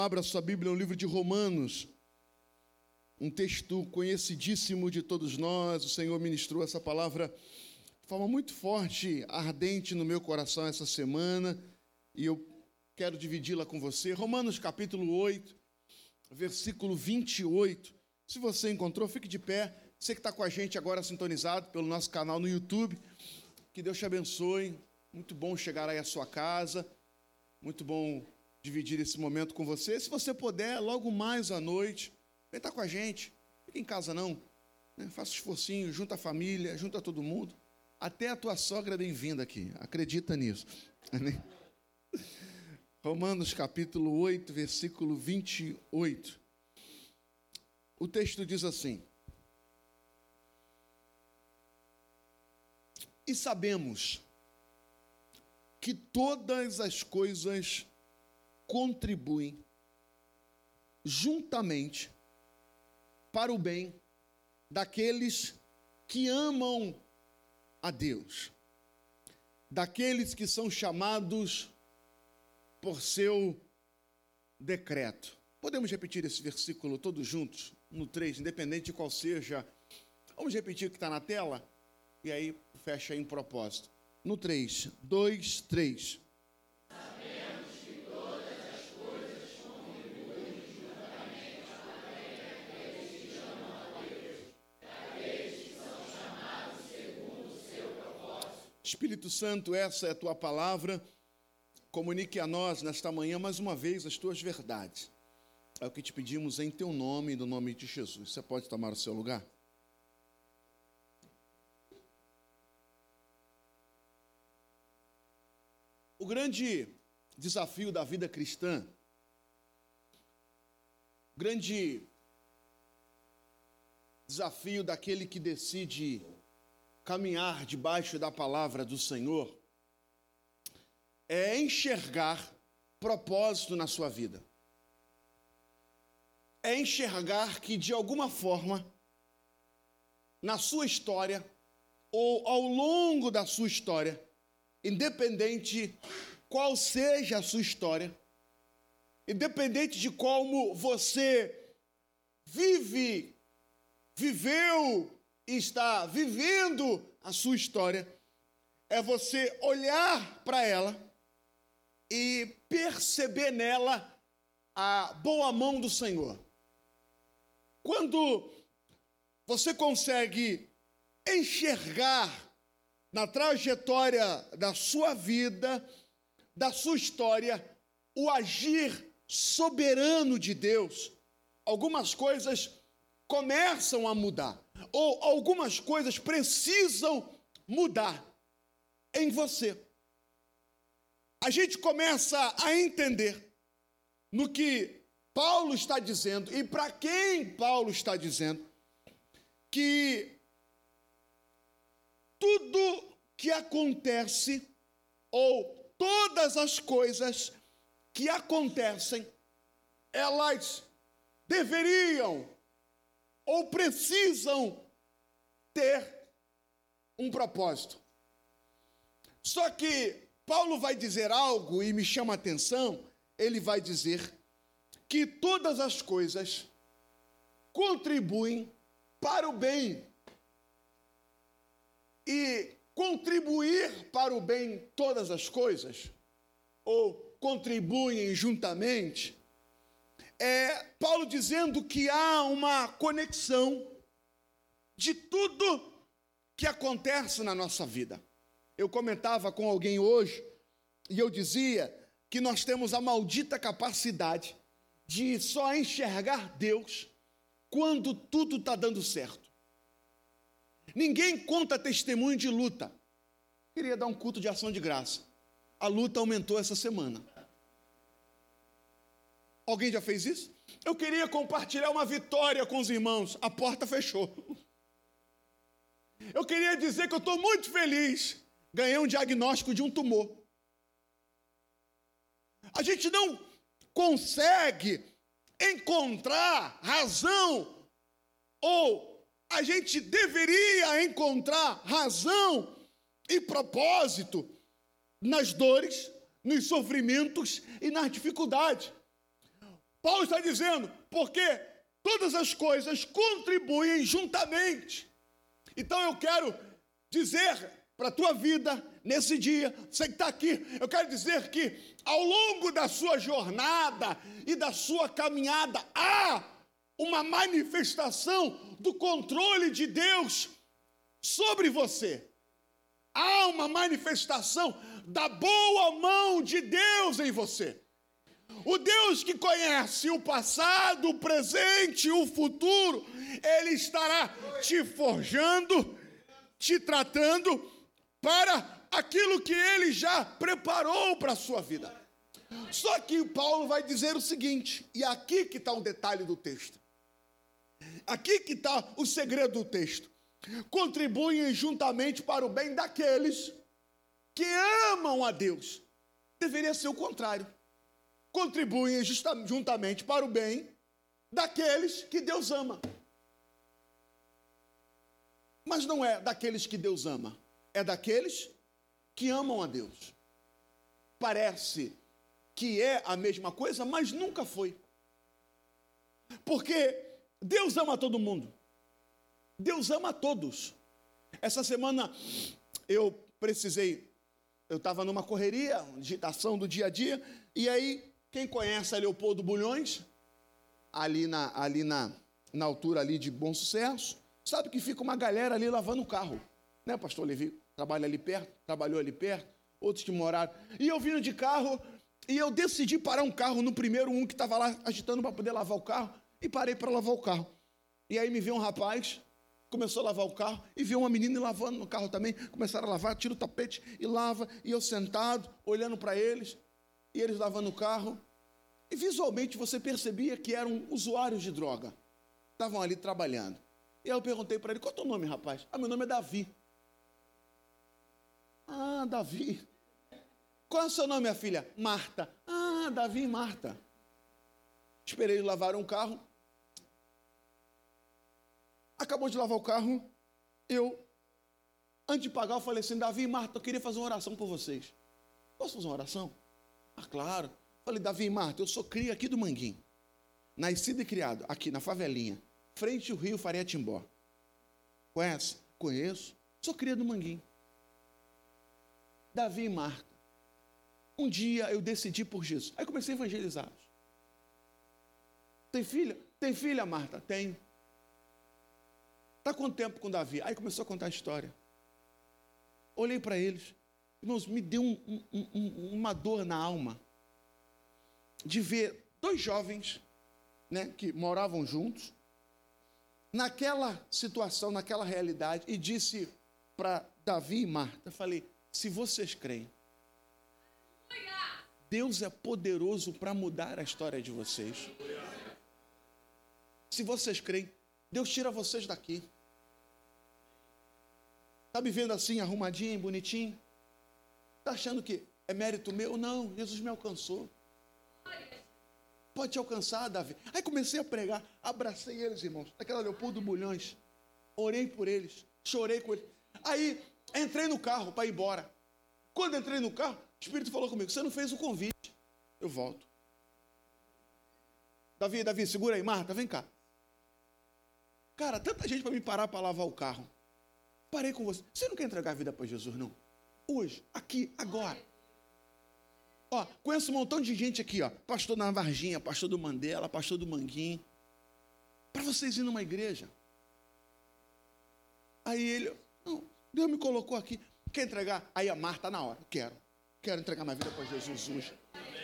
Abra sua Bíblia no livro de Romanos, um texto conhecidíssimo de todos nós. O Senhor ministrou essa palavra de forma muito forte, ardente no meu coração essa semana, e eu quero dividi-la com você. Romanos capítulo 8, versículo 28. Se você encontrou, fique de pé. Você que está com a gente agora sintonizado pelo nosso canal no YouTube, que Deus te abençoe. Muito bom chegar aí à sua casa, muito bom dividir esse momento com você. Se você puder, logo mais à noite, vem estar com a gente. Fica em casa não, né? Faça esforcinho, junta a família, junta todo mundo. Até a tua sogra é bem-vinda aqui, acredita nisso. Romanos capítulo 8, versículo 28. O texto diz assim: e sabemos que todas as coisas contribuem juntamente para o bem daqueles que amam a Deus, daqueles que são chamados por seu decreto. Podemos repetir esse versículo todos juntos, no 3, independente de qual seja. Vamos repetir o que está na tela? E aí fecha em propósito. No 3, 2, 3. Espírito Santo, essa é a tua palavra. Comunique a nós nesta manhã mais uma vez as tuas verdades. É o que te pedimos em teu nome e no nome de Jesus. Você pode tomar o seu lugar? O grande desafio da vida cristã, o grande desafio daquele que decide caminhar debaixo da palavra do Senhor, é enxergar propósito na sua vida. É enxergar que, de alguma forma, na sua história, ou ao longo da sua história, independente qual seja a sua história, independente de como você viveu e está vivendo a sua história, é você olhar para ela e perceber nela a boa mão do Senhor. Quando você consegue enxergar na trajetória da sua vida, da sua história, o agir soberano de Deus, algumas coisas começam a mudar, ou algumas coisas precisam mudar em você. A gente começa a entender no que Paulo está dizendo e para quem Paulo está dizendo, que tudo que acontece, ou todas as coisas que acontecem, elas deveriam ou precisam ter um propósito. Só que Paulo vai dizer algo e me chama a atenção. Ele vai dizer que todas as coisas contribuem para o bem. E contribuir para o bem todas as coisas, ou contribuem juntamente, é Paulo dizendo que há uma conexão de tudo que acontece na nossa vida. Eu comentava com alguém hoje, e eu dizia que nós temos a maldita capacidade de só enxergar Deus quando tudo está dando certo. Ninguém conta testemunho de luta. Queria dar um culto de ação de graça. A luta aumentou essa semana. Alguém já fez isso? Eu queria compartilhar uma vitória com os irmãos. A porta fechou. Eu queria dizer que eu estou muito feliz. Ganhei um diagnóstico de um tumor. A gente não consegue encontrar razão, ou a gente deveria encontrar razão e propósito nas dores, nos sofrimentos e nas dificuldades. Paulo está dizendo, porque todas as coisas contribuem juntamente. Então eu quero dizer para a tua vida, nesse dia, você que está aqui, eu quero dizer que ao longo da sua jornada e da sua caminhada, há uma manifestação do controle de Deus sobre você. Há uma manifestação da boa mão de Deus em você. O Deus que conhece o passado, o presente e o futuro, Ele estará te forjando, te tratando para aquilo que Ele já preparou para a sua vida. Só que Paulo vai dizer o seguinte, e aqui que está o detalhe do texto. Aqui que está o segredo do texto. Contribuem juntamente para o bem daqueles que amam a Deus. Deveria ser o contrário. Contribuem juntamente para o bem daqueles que Deus ama. Mas não é daqueles que Deus ama, é daqueles que amam a Deus. Parece que é a mesma coisa, mas nunca foi. Porque Deus ama todo mundo. Deus ama a todos. Essa semana eu estava numa correria, digitação do dia a dia, e aí, quem conhece a Leopoldo Bulhões, ali na altura ali de Bom Sucesso, sabe que fica uma galera ali lavando o carro, né? O pastor Levi trabalhou ali perto, outros que moraram. E eu vindo de carro, e eu decidi parar um carro no primeiro, um que estava lá agitando para poder lavar o carro, e parei para lavar o carro. E aí me veio um rapaz, começou a lavar o carro, e viu uma menina lavando no carro também, começaram a lavar, tira o tapete e lava, e eu sentado, olhando para eles, e eles lavando o carro, e visualmente você percebia que eram usuários de droga, estavam ali trabalhando. E aí eu perguntei para ele, qual é o teu nome, rapaz? Meu nome é Davi. Davi. Qual é o seu nome, minha filha? Marta. Davi e Marta. Esperei eles lavarem o carro. Acabou de lavar o carro, antes de pagar, eu falei assim, Davi e Marta, eu queria fazer uma oração por vocês. Posso fazer uma oração? Claro. Falei, Davi e Marta, eu sou cria aqui do Manguinho. Nascido e criado aqui na favelinha, frente ao rio Faria Timbó. Conhece? Conheço. Sou cria do Manguinho. Davi e Marta. Um dia eu decidi por Jesus. Aí comecei a evangelizá-los. Tem filha? Tem filha, Marta? Tenho. Está quanto tempo com Davi? Aí começou a contar a história. Olhei para eles. Irmãos, me deu uma dor na alma de ver dois jovens, né, que moravam juntos, naquela situação, naquela realidade, e disse para Davi e Marta, falei, se vocês creem, Deus é poderoso para mudar a história de vocês. Se vocês creem, Deus tira vocês daqui. Está me vendo assim, arrumadinho, bonitinho? Está achando que é mérito meu? Não, Jesus me alcançou. Pode te alcançar, Davi. Aí comecei a pregar, abracei eles, irmãos, naquela Leopoldo Bulhões, orei por eles, chorei com eles. Aí entrei no carro para ir embora. Quando entrei no carro, o Espírito falou comigo, você não fez o convite. Eu volto. Davi, segura aí, Marta, vem cá. Cara, tanta gente para me parar para lavar o carro. Parei com você. Você não quer entregar a vida para Jesus, não? Hoje, aqui, agora. Conheço um montão de gente aqui, pastor da Varginha, pastor do Mandela, pastor do Manguinho. Para vocês irem numa igreja. Aí ele, não, Deus me colocou aqui. Quer entregar? Aí a Marta na hora. Quero entregar minha vida para Jesus hoje.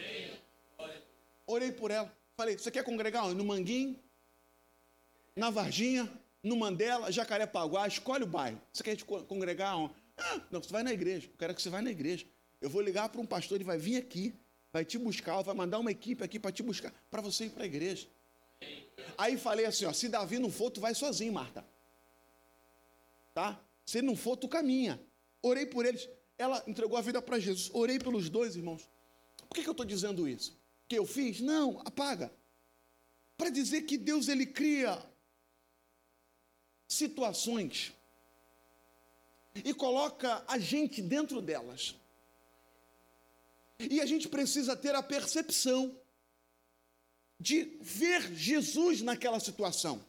Orei por ela. Falei, você quer congregar no Manguinho? Na Varginha? No Mandela? Jacarepaguá? Escolhe o bairro. Você quer congregar onde? Não, você vai na igreja. Eu quero que você vá na igreja. Eu vou ligar para um pastor, ele vai vir aqui, vai te buscar, vai mandar uma equipe aqui para te buscar, para você ir para a igreja. Aí falei assim, se Davi não for, tu vai sozinho, Marta. Tá? Se ele não for, tu caminha. Orei por eles. Ela entregou a vida para Jesus. Orei pelos dois, irmãos. Por que eu estou dizendo isso? Que eu fiz? Não, apaga. Para dizer que Deus, ele cria situações e coloca a gente dentro delas. E a gente precisa ter a percepção de ver Jesus naquela situação.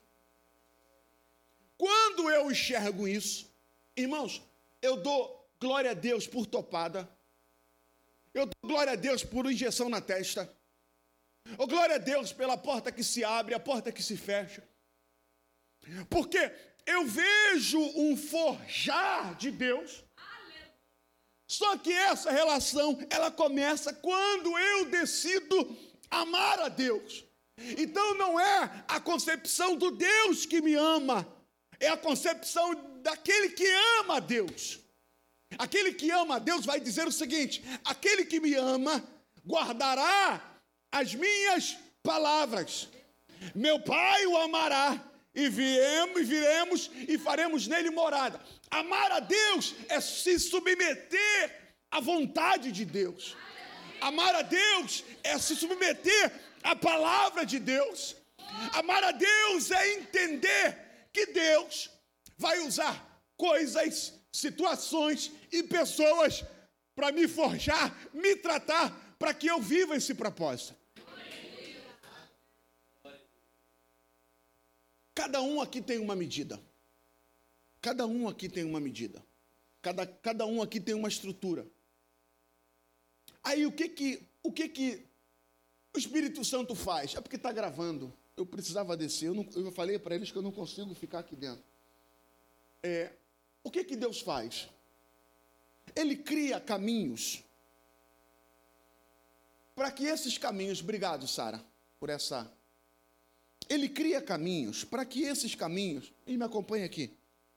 Quando eu enxergo isso, irmãos, eu dou glória a Deus por topada, eu dou glória a Deus por injeção na testa, eu glória a Deus pela porta que se abre, a porta que se fecha, porque eu vejo um forjar de Deus. Só que essa relação, ela começa quando eu decido amar a Deus. Então não é a concepção do Deus que me ama, é a concepção daquele que ama a Deus. Aquele que ama a Deus vai dizer o seguinte: aquele que me ama guardará as minhas palavras. Meu Pai o amará, e viremos e faremos nele morada. Amar a Deus é se submeter à vontade de Deus. Amar a Deus é se submeter à palavra de Deus. Amar a Deus é entender que Deus vai usar coisas, situações e pessoas para me forjar, me tratar, para que eu viva esse propósito. Cada um aqui tem uma medida. Cada um aqui tem uma medida. Cada um aqui tem uma estrutura. Aí o que o Espírito Santo faz? É porque está gravando. Eu precisava descer. Eu falei para eles que eu não consigo ficar aqui dentro. O que Deus faz? Ele cria caminhos para que esses caminhos... Obrigado, Sara, por essa... Ele cria caminhos para que esses caminhos... E me acompanha aqui.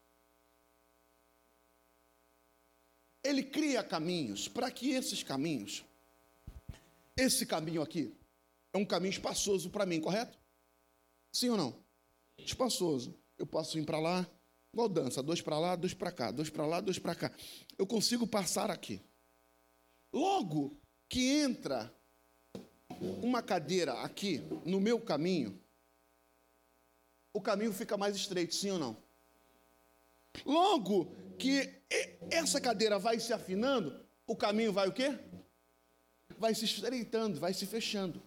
Ele cria caminhos para que esses caminhos... Esse caminho aqui é um caminho espaçoso para mim, correto? Sim ou não? Espaçoso. Eu posso ir para lá, igual dança, 2 para lá, 2 para cá, 2 para lá, 2 para cá. Eu consigo passar aqui. Logo que entra uma cadeira aqui no meu caminho, o caminho fica mais estreito, sim ou não? Logo que essa cadeira vai se afinando, o caminho vai o quê? Vai se estreitando, vai se fechando.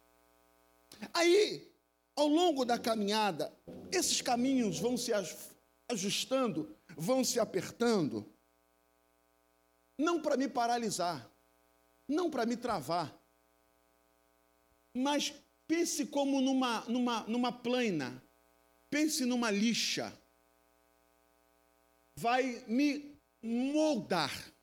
Aí, ao longo da caminhada, esses caminhos vão se ajustando, vão se apertando, não para me paralisar, não para me travar, mas pense como numa plana, pense numa lixa, vai me moldar.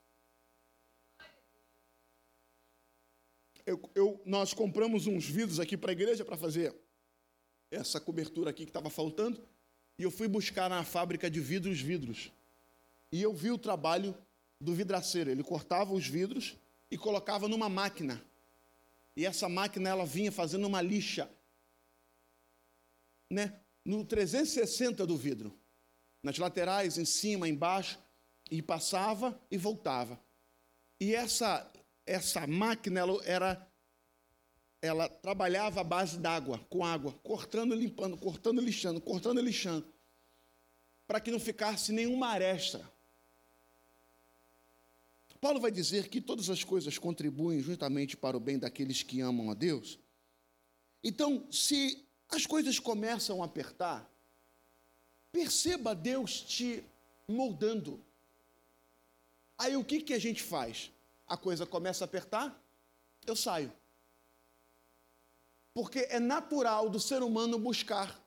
Nós compramos uns vidros aqui para a igreja para fazer essa cobertura aqui que estava faltando, e eu fui buscar na fábrica de vidros. E eu vi o trabalho do vidraceiro. Ele cortava os vidros e colocava numa máquina. E essa máquina, ela vinha fazendo uma lixa, né, no 360 do vidro. Nas laterais, em cima, embaixo, e passava e voltava. E essa máquina, ela trabalhava à base d'água, com água, cortando, limpando, cortando, lixando, para que não ficasse nenhuma aresta. Paulo vai dizer que todas as coisas contribuem justamente para o bem daqueles que amam a Deus. Então, se as coisas começam a apertar, perceba Deus te moldando. Aí o que a gente faz? A coisa começa a apertar, eu saio. Porque é natural do ser humano buscar.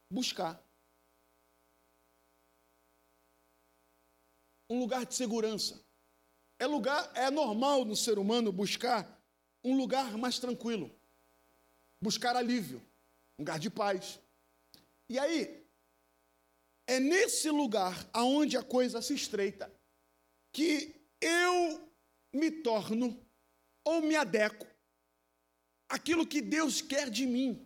Um lugar de segurança. É normal no ser humano buscar um lugar mais tranquilo. Buscar alívio, um lugar de paz. E aí, é nesse lugar aonde a coisa se estreita que eu me torno ou me adequo àquilo que Deus quer de mim.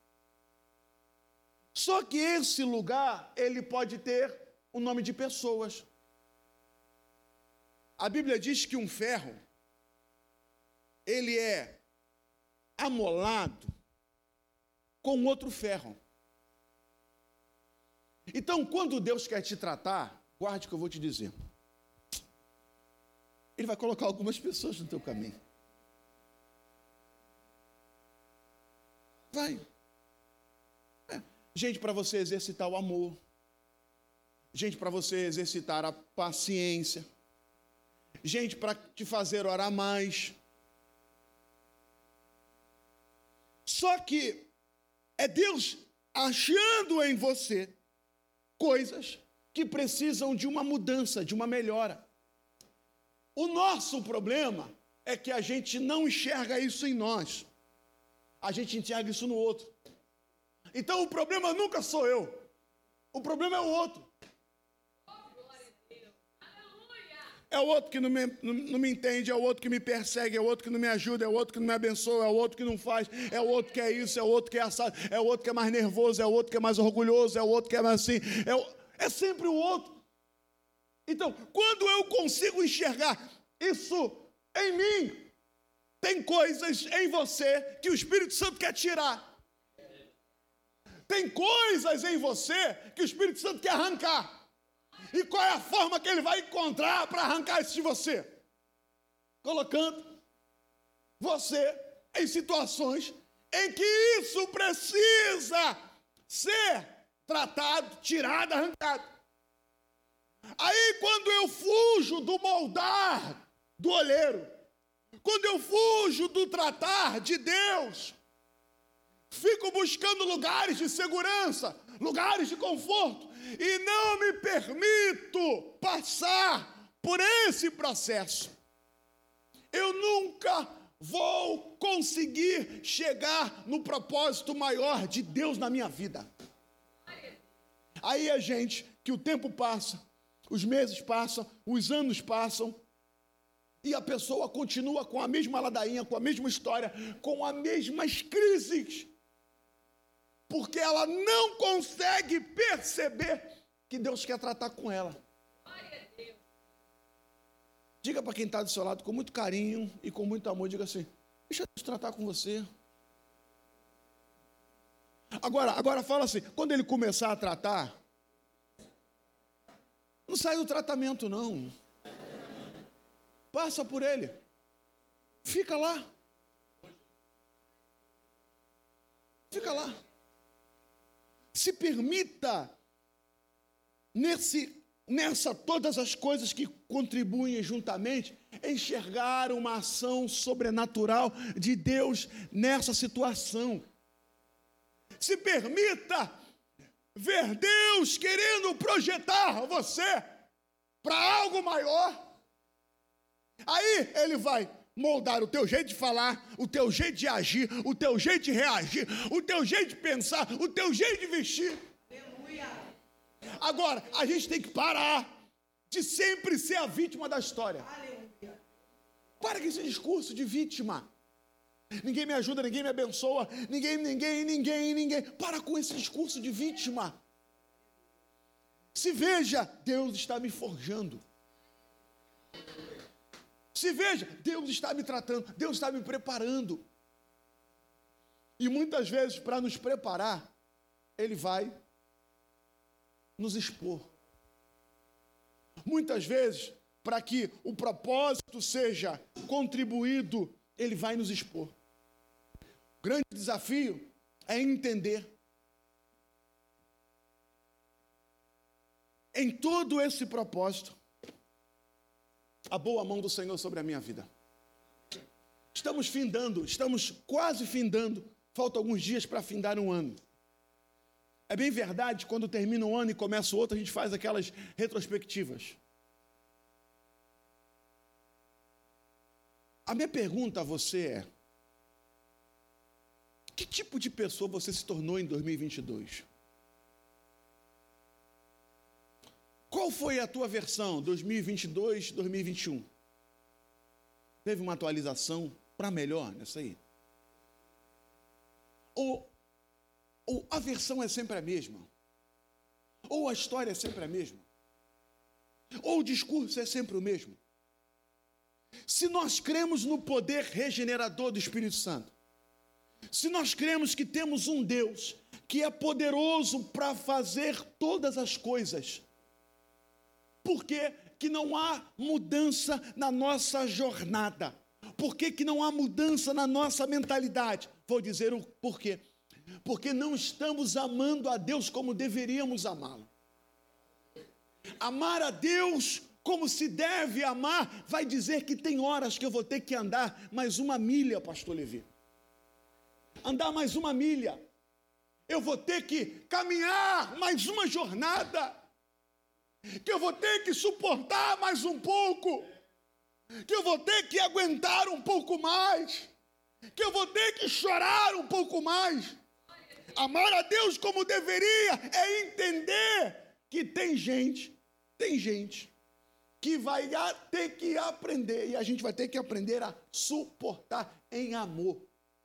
Só que esse lugar, ele pode ter o nome de pessoas. A Bíblia diz que um ferro, ele é amolado com outro ferro. Então, quando Deus quer te tratar, guarde o que eu vou te dizer. Ele vai colocar algumas pessoas no teu caminho. Vai. Gente para você exercitar o amor. Gente para você exercitar a paciência. Gente para te fazer orar mais. Só que é Deus achando em você coisas que precisam de uma mudança, de uma melhora. O nosso problema é que a gente não enxerga isso em nós. A gente enxerga isso no outro. Então o problema nunca sou eu. O problema é o outro. É o outro que não me entende, é o outro que me persegue, é o outro que não me ajuda, é o outro que não me abençoa, é o outro que não faz, é o outro que é isso, é o outro que é assado, é o outro que é mais nervoso, é o outro que é mais orgulhoso, é o outro que é mais assim. É sempre o outro. Então, quando eu consigo enxergar isso em mim, tem coisas em você que o Espírito Santo quer tirar. Tem coisas em você que o Espírito Santo quer arrancar. E qual é a forma que ele vai encontrar para arrancar isso de você? Colocando você em situações em que isso precisa ser tratado, tirado, arrancado. Aí quando eu fujo do moldar do olheiro, quando eu fujo do tratar de Deus, fico buscando lugares de segurança, lugares de conforto, e não me permito passar por esse processo. Eu nunca vou conseguir chegar no propósito maior de Deus na minha vida. Aí a gente, que o tempo passa, os meses passam, os anos passam, e a pessoa continua com a mesma ladainha, com a mesma história, com as mesmas crises, porque ela não consegue perceber que Deus quer tratar com ela. Diga para quem está do seu lado com muito carinho e com muito amor, diga assim: deixa Deus tratar com você. Agora fala assim, quando ele começar a tratar, não sai do tratamento não. Passa por ele. Fica lá. Fica lá. Se permita nessa todas as coisas que contribuem juntamente, enxergar uma ação sobrenatural de Deus nessa situação. Se permita ver Deus querendo projetar você para algo maior. Aí ele vai moldar o teu jeito de falar, o teu jeito de agir, o teu jeito de reagir, o teu jeito de pensar, o teu jeito de vestir. Aleluia. Agora, a gente tem que parar de sempre ser a vítima da história. Aleluia. Para com esse discurso de vítima. Ninguém me ajuda, ninguém me abençoa, ninguém. Para com esse discurso de vítima. Se veja, Deus está me forjando. Se veja, Deus está me tratando, Deus está me preparando. E muitas vezes, para nos preparar, Ele vai nos expor. Muitas vezes, para que o propósito seja contribuído, Ele vai nos expor. O grande desafio é entender. Em todo esse propósito, a boa mão do Senhor sobre a minha vida. Estamos quase findando, faltam alguns dias para findar um ano. É bem verdade, quando termina um ano e começa o outro, a gente faz aquelas retrospectivas. A minha pergunta a você é: que tipo de pessoa você se tornou em 2022? Qual foi a tua versão 2022, 2021? Teve uma atualização para melhor nessa aí? Ou a versão é sempre a mesma? Ou a história é sempre a mesma? Ou o discurso é sempre o mesmo? Se nós cremos no poder regenerador do Espírito Santo, se nós cremos que temos um Deus que é poderoso para fazer todas as coisas, por que não há mudança na nossa jornada? Por que não há mudança na nossa mentalidade? Vou dizer o porquê. Porque não estamos amando a Deus como deveríamos amá-lo. Amar a Deus como se deve amar, vai dizer que tem horas que eu vou ter que andar mais 1 milha, pastor Levi. Andar mais 1 milha. Eu vou ter que caminhar mais uma jornada. Que eu vou ter que suportar mais um pouco. Que eu vou ter que aguentar um pouco mais. Que eu vou ter que chorar um pouco mais. Amar a Deus como deveria é entender que tem gente que vai ter que aprender, e a gente vai ter que aprender a suportar em amor.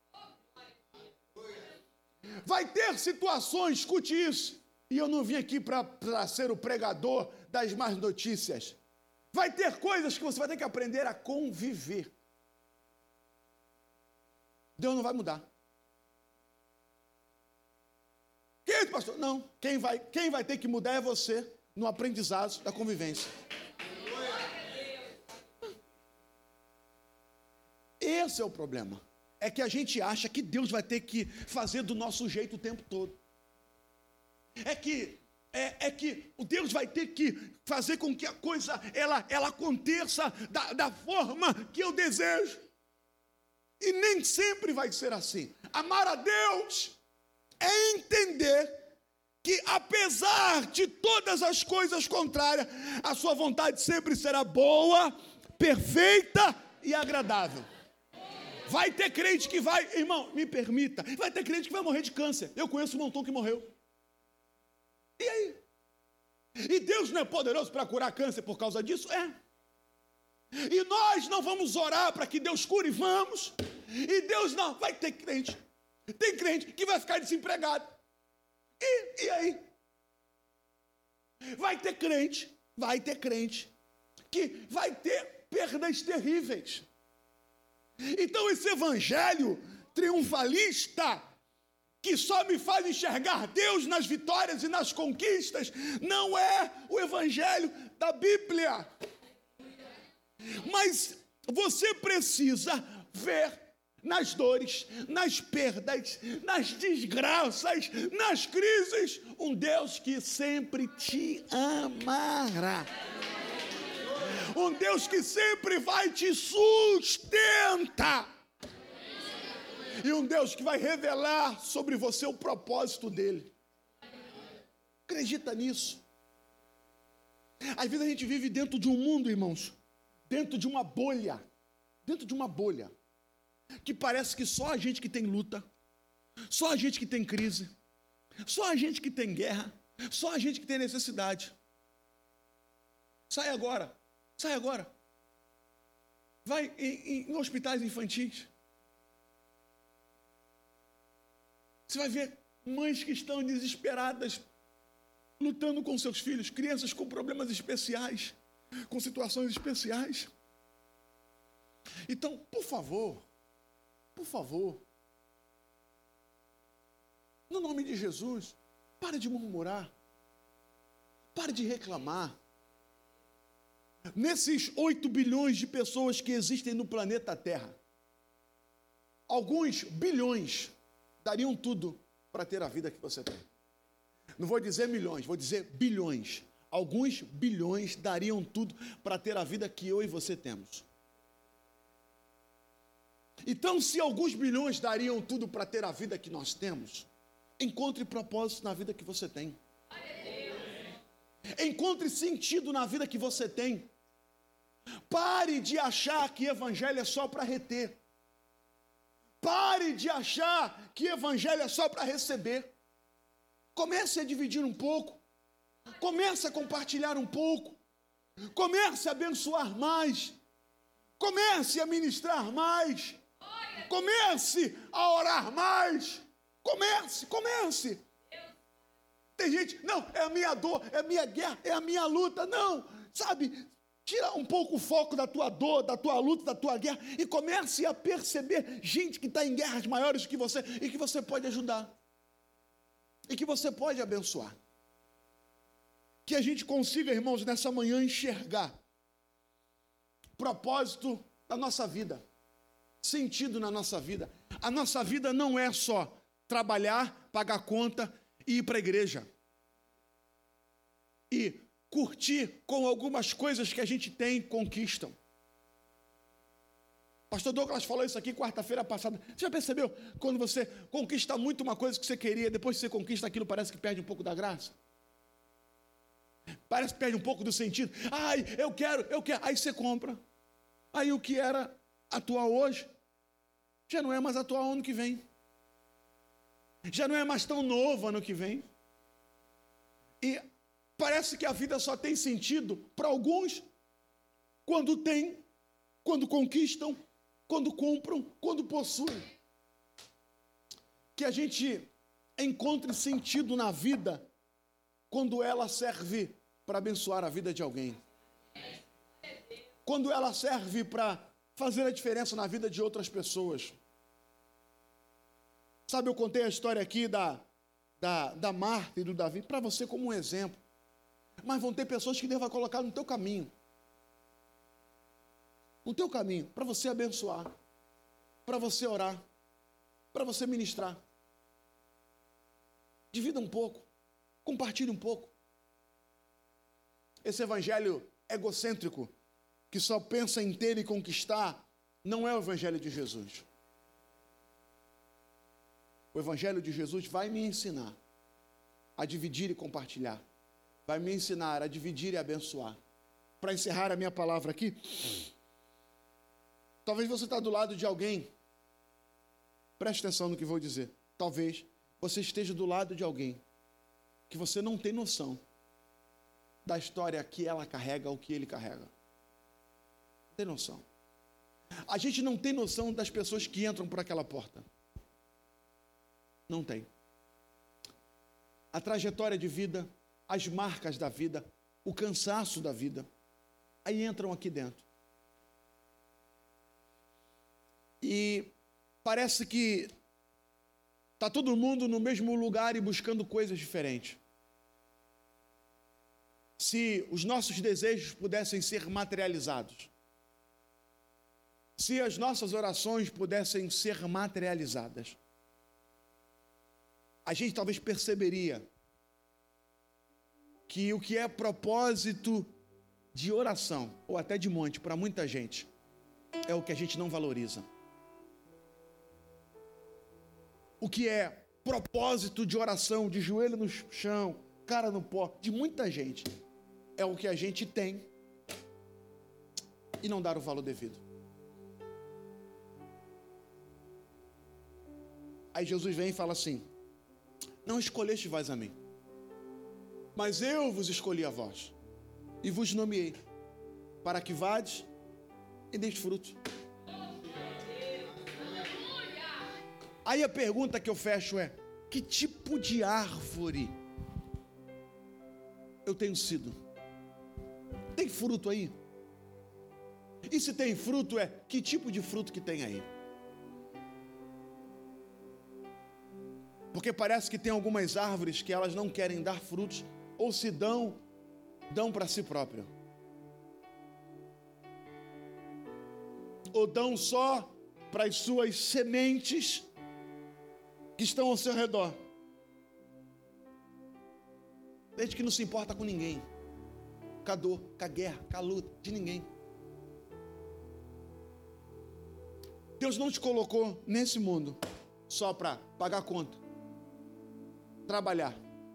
Vai ter situações, escute isso, e eu não vim aqui para ser o pregador das más notícias. Vai ter coisas que você vai ter que aprender a conviver. Deus não vai mudar. Que é isso, pastor? Não, quem vai ter que mudar é você no aprendizado da convivência. Esse é o problema. É que a gente acha que Deus vai ter que fazer do nosso jeito o tempo todo. É que o Deus vai ter que fazer com que a coisa ela aconteça da forma que eu desejo. E nem sempre vai ser assim. Amar a Deus é entender que, apesar de todas as coisas contrárias, a sua vontade sempre será boa, perfeita e agradável. Vai ter crente que vai, irmão, me permita, vai ter crente que vai morrer de câncer. Eu conheço um montão que morreu. E aí? E Deus não é poderoso para curar câncer por causa disso? É. E nós não vamos orar para que Deus cure? Vamos. E Deus não, vai ter crente. Tem crente que vai ficar desempregado. E aí? Vai ter crente que vai ter perdas terríveis. Então esse evangelho triunfalista, que só me faz enxergar Deus nas vitórias e nas conquistas, não é o evangelho da Bíblia. Mas você precisa ver nas dores, nas perdas, nas desgraças, nas crises, um Deus que sempre te amará. Um Deus que sempre vai te sustentar. E um Deus que vai revelar sobre você o propósito dele. Acredita nisso? Às vezes a gente vive dentro de um mundo, irmãos, dentro de uma bolha, que parece que só a gente que tem luta, só a gente que tem crise, só a gente que tem guerra, só a gente que tem necessidade. Sai agora. Vai em hospitais infantis. Você vai ver mães que estão desesperadas, lutando com seus filhos, crianças com problemas especiais, com situações especiais. Então, por favor, no nome de Jesus, pare de murmurar, pare de reclamar. Nesses 8 bilhões de pessoas que existem no planeta Terra, alguns bilhões dariam tudo para ter a vida que você tem. Não vou dizer milhões, vou dizer bilhões. Alguns bilhões dariam tudo para ter a vida que eu e você temos. Então, se alguns bilhões dariam tudo para ter a vida que nós temos, encontre propósito na vida que você tem. Encontre sentido na vida que você tem. Pare de achar que evangelho é só para reter. Pare de achar que evangelho é só para receber. Comece a dividir um pouco. Comece a compartilhar um pouco. Comece a abençoar mais. Comece a ministrar mais. Comece a orar mais. Comece. Tem gente, não, é a minha dor, é a minha guerra, é a minha luta. Não, sabe, tira um pouco o foco da tua dor, da tua luta, da tua guerra e comece a perceber gente que está em guerras maiores que você e que você pode ajudar. E que você pode abençoar. Que a gente consiga, irmãos, nessa manhã enxergar propósito da nossa vida, sentido na nossa vida. A nossa vida não é só trabalhar, pagar conta e ir para a igreja. E curtir com algumas coisas que a gente tem, conquistam. Pastor Douglas falou isso aqui quarta-feira passada. Você já percebeu? Quando você conquista muito uma coisa que você queria, depois que você conquista aquilo, parece que perde um pouco da graça. Parece que perde um pouco do sentido. Ai, eu quero. Aí você compra. Aí o que era atual hoje, já não é mais atual ano que vem. Já não é mais tão novo ano que vem. E parece que a vida só tem sentido para alguns quando tem, quando conquistam, quando compram, quando possuem. Que a gente encontre sentido na vida quando ela serve para abençoar a vida de alguém. Quando ela serve para fazer a diferença na vida de outras pessoas. Sabe, eu contei a história aqui da Marta e do Davi para você como um exemplo. Mas vão ter pessoas que Deus vai colocar no teu caminho. No teu caminho, para você abençoar, para você orar, para você ministrar. Divida um pouco, compartilhe um pouco. Esse evangelho egocêntrico, que só pensa em ter e conquistar, não é o evangelho de Jesus. O evangelho de Jesus vai me ensinar a dividir e compartilhar. Vai me ensinar a dividir e abençoar. Para encerrar a minha palavra aqui, talvez você está do lado de alguém, preste atenção no que vou dizer. Talvez você esteja do lado de alguém que você não tem noção da história que ela carrega ou que ele carrega. Não tem noção. A gente não tem noção das pessoas que entram por aquela porta. Não tem. A trajetória de vida, as marcas da vida, o cansaço da vida, aí entram aqui dentro. E parece que está todo mundo no mesmo lugar e buscando coisas diferentes. Se os nossos desejos pudessem ser materializados, se as nossas orações pudessem ser materializadas, a gente talvez perceberia que o que é propósito de oração, ou até de monte, para muita gente, é o que a gente não valoriza. O que é propósito de oração, de joelho no chão, cara no pó, de muita gente, é o que a gente tem e não dar o valor devido. Aí Jesus vem e fala assim: não escolheste vós a mim, mas eu vos escolhi a vós e vos nomeei para que vades e deis fruto. Aí a pergunta que eu fecho é: que tipo de árvore eu tenho sido? Tem fruto aí? E se tem fruto, que tipo de fruto que tem aí? Porque parece que tem algumas árvores que elas não querem dar frutos, ou se dão para si próprio. Ou dão só para as suas sementes que estão ao seu redor. Desde que não se importa com ninguém. Com a dor, com a guerra, com a luta, de ninguém. Deus não te colocou nesse mundo só para pagar conta, trabalhar,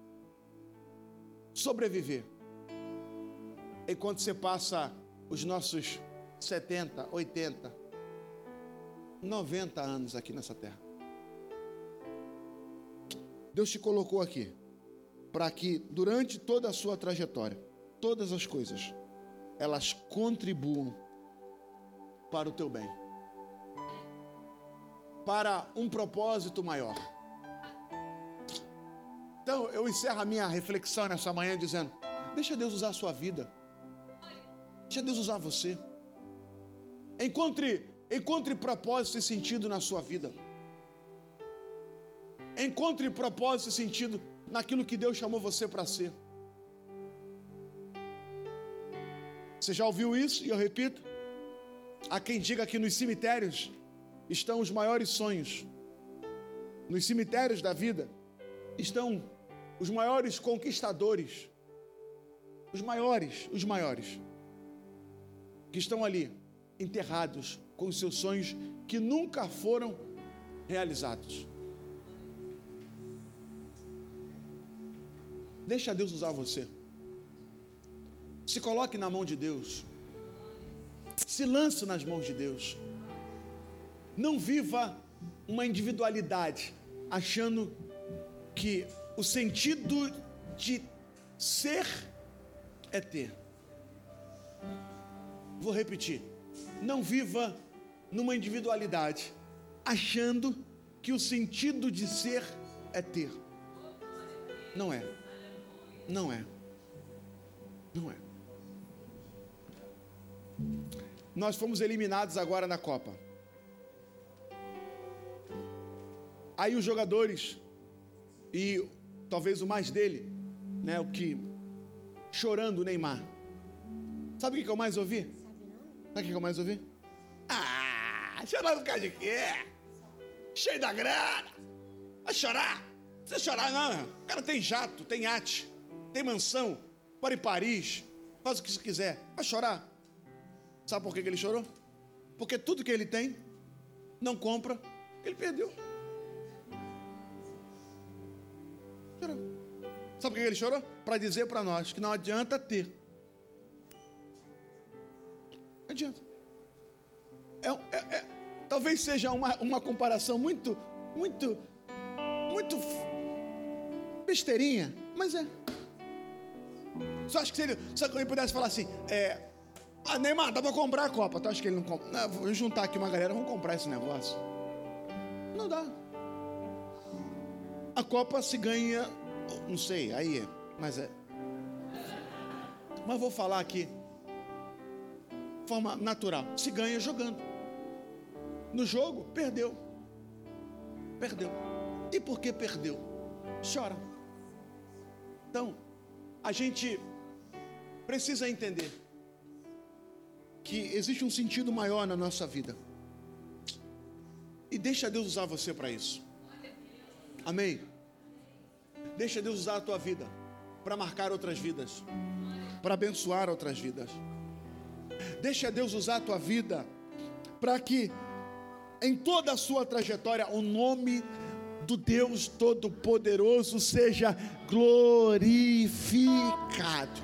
sobreviver. Enquanto você passa os nossos 70, 80, 90 anos aqui nessa terra. Deus te colocou aqui para que durante toda a sua trajetória, todas as coisas, elas contribuam para o teu bem, para um propósito maior. Então eu encerro a minha reflexão nessa manhã dizendo: deixa Deus usar a sua vida, deixa Deus usar você. Encontre propósito e sentido na sua vida. Encontre propósito e sentido naquilo que Deus chamou você para ser. Você já ouviu isso? E eu repito: há quem diga que nos cemitérios estão os maiores sonhos nos cemitérios da vida, estão os maiores conquistadores, os maiores, que estão ali, enterrados com os seus sonhos que nunca foram realizados. Deixa Deus usar você. Se coloque na mão de Deus. Se lance nas mãos de Deus. Não viva uma individualidade, achando que o sentido de ser é ter. Vou repetir. Não viva numa individualidade, achando que o sentido de ser é ter. Não é. Não é. Não é. Nós fomos eliminados agora na Copa. Aí os jogadores, e talvez o mais dele, né, o que chorando o Neymar. Sabe o que eu mais ouvi? Sabe o que eu mais ouvi? Chorando por causa de quê? Cheio da grana. Vai chorar? Não precisa chorar não. O cara tem jato, tem iate, tem mansão, mora em Paris, faz o que quiser. Vai chorar? Sabe por que ele chorou? Porque tudo que ele tem, não compra, ele perdeu. Chorou. Sabe por que ele chorou? Para dizer para nós que não adianta ter. Não adianta. Talvez seja uma comparação muito besteirinha, mas é. Só acho que se ele pudesse falar assim, Neymar, dá para comprar a Copa. Tu acha que ele não compra? Não, vou juntar aqui uma galera, vamos comprar esse negócio. Não dá. A Copa se ganha, não sei, aí é, mas é. Mas vou falar aqui, de forma natural, se ganha jogando. No jogo, perdeu. Perdeu. E por que perdeu? Chora. Então, a gente precisa entender que existe um sentido maior na nossa vida. E deixa Deus usar você para isso. Amém? Deixa Deus usar a tua vida para marcar outras vidas, para abençoar outras vidas. Deixa Deus usar a tua vida para que em toda a sua trajetória o nome do Deus Todo-Poderoso seja glorificado.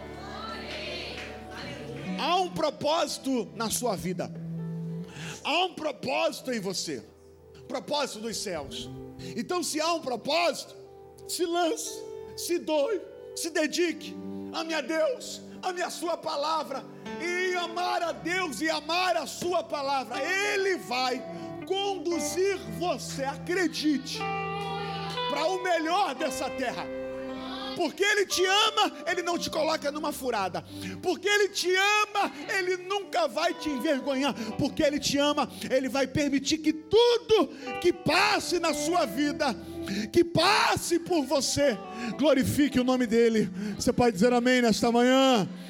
Há um propósito na sua vida. Há um propósito em você. Propósito dos céus. Então, se há um propósito, se lance, se doe, se dedique. Ame a Deus, ame a sua palavra. E amar a Deus e amar a sua palavra, Ele vai conduzir você, acredite, para o melhor dessa terra. Porque Ele te ama, Ele não te coloca numa furada. Porque Ele te ama, Ele nunca vai te envergonhar. Porque Ele te ama, Ele vai permitir que tudo que passe na sua vida, que passe por você, glorifique o nome dEle. Você pode dizer amém nesta manhã?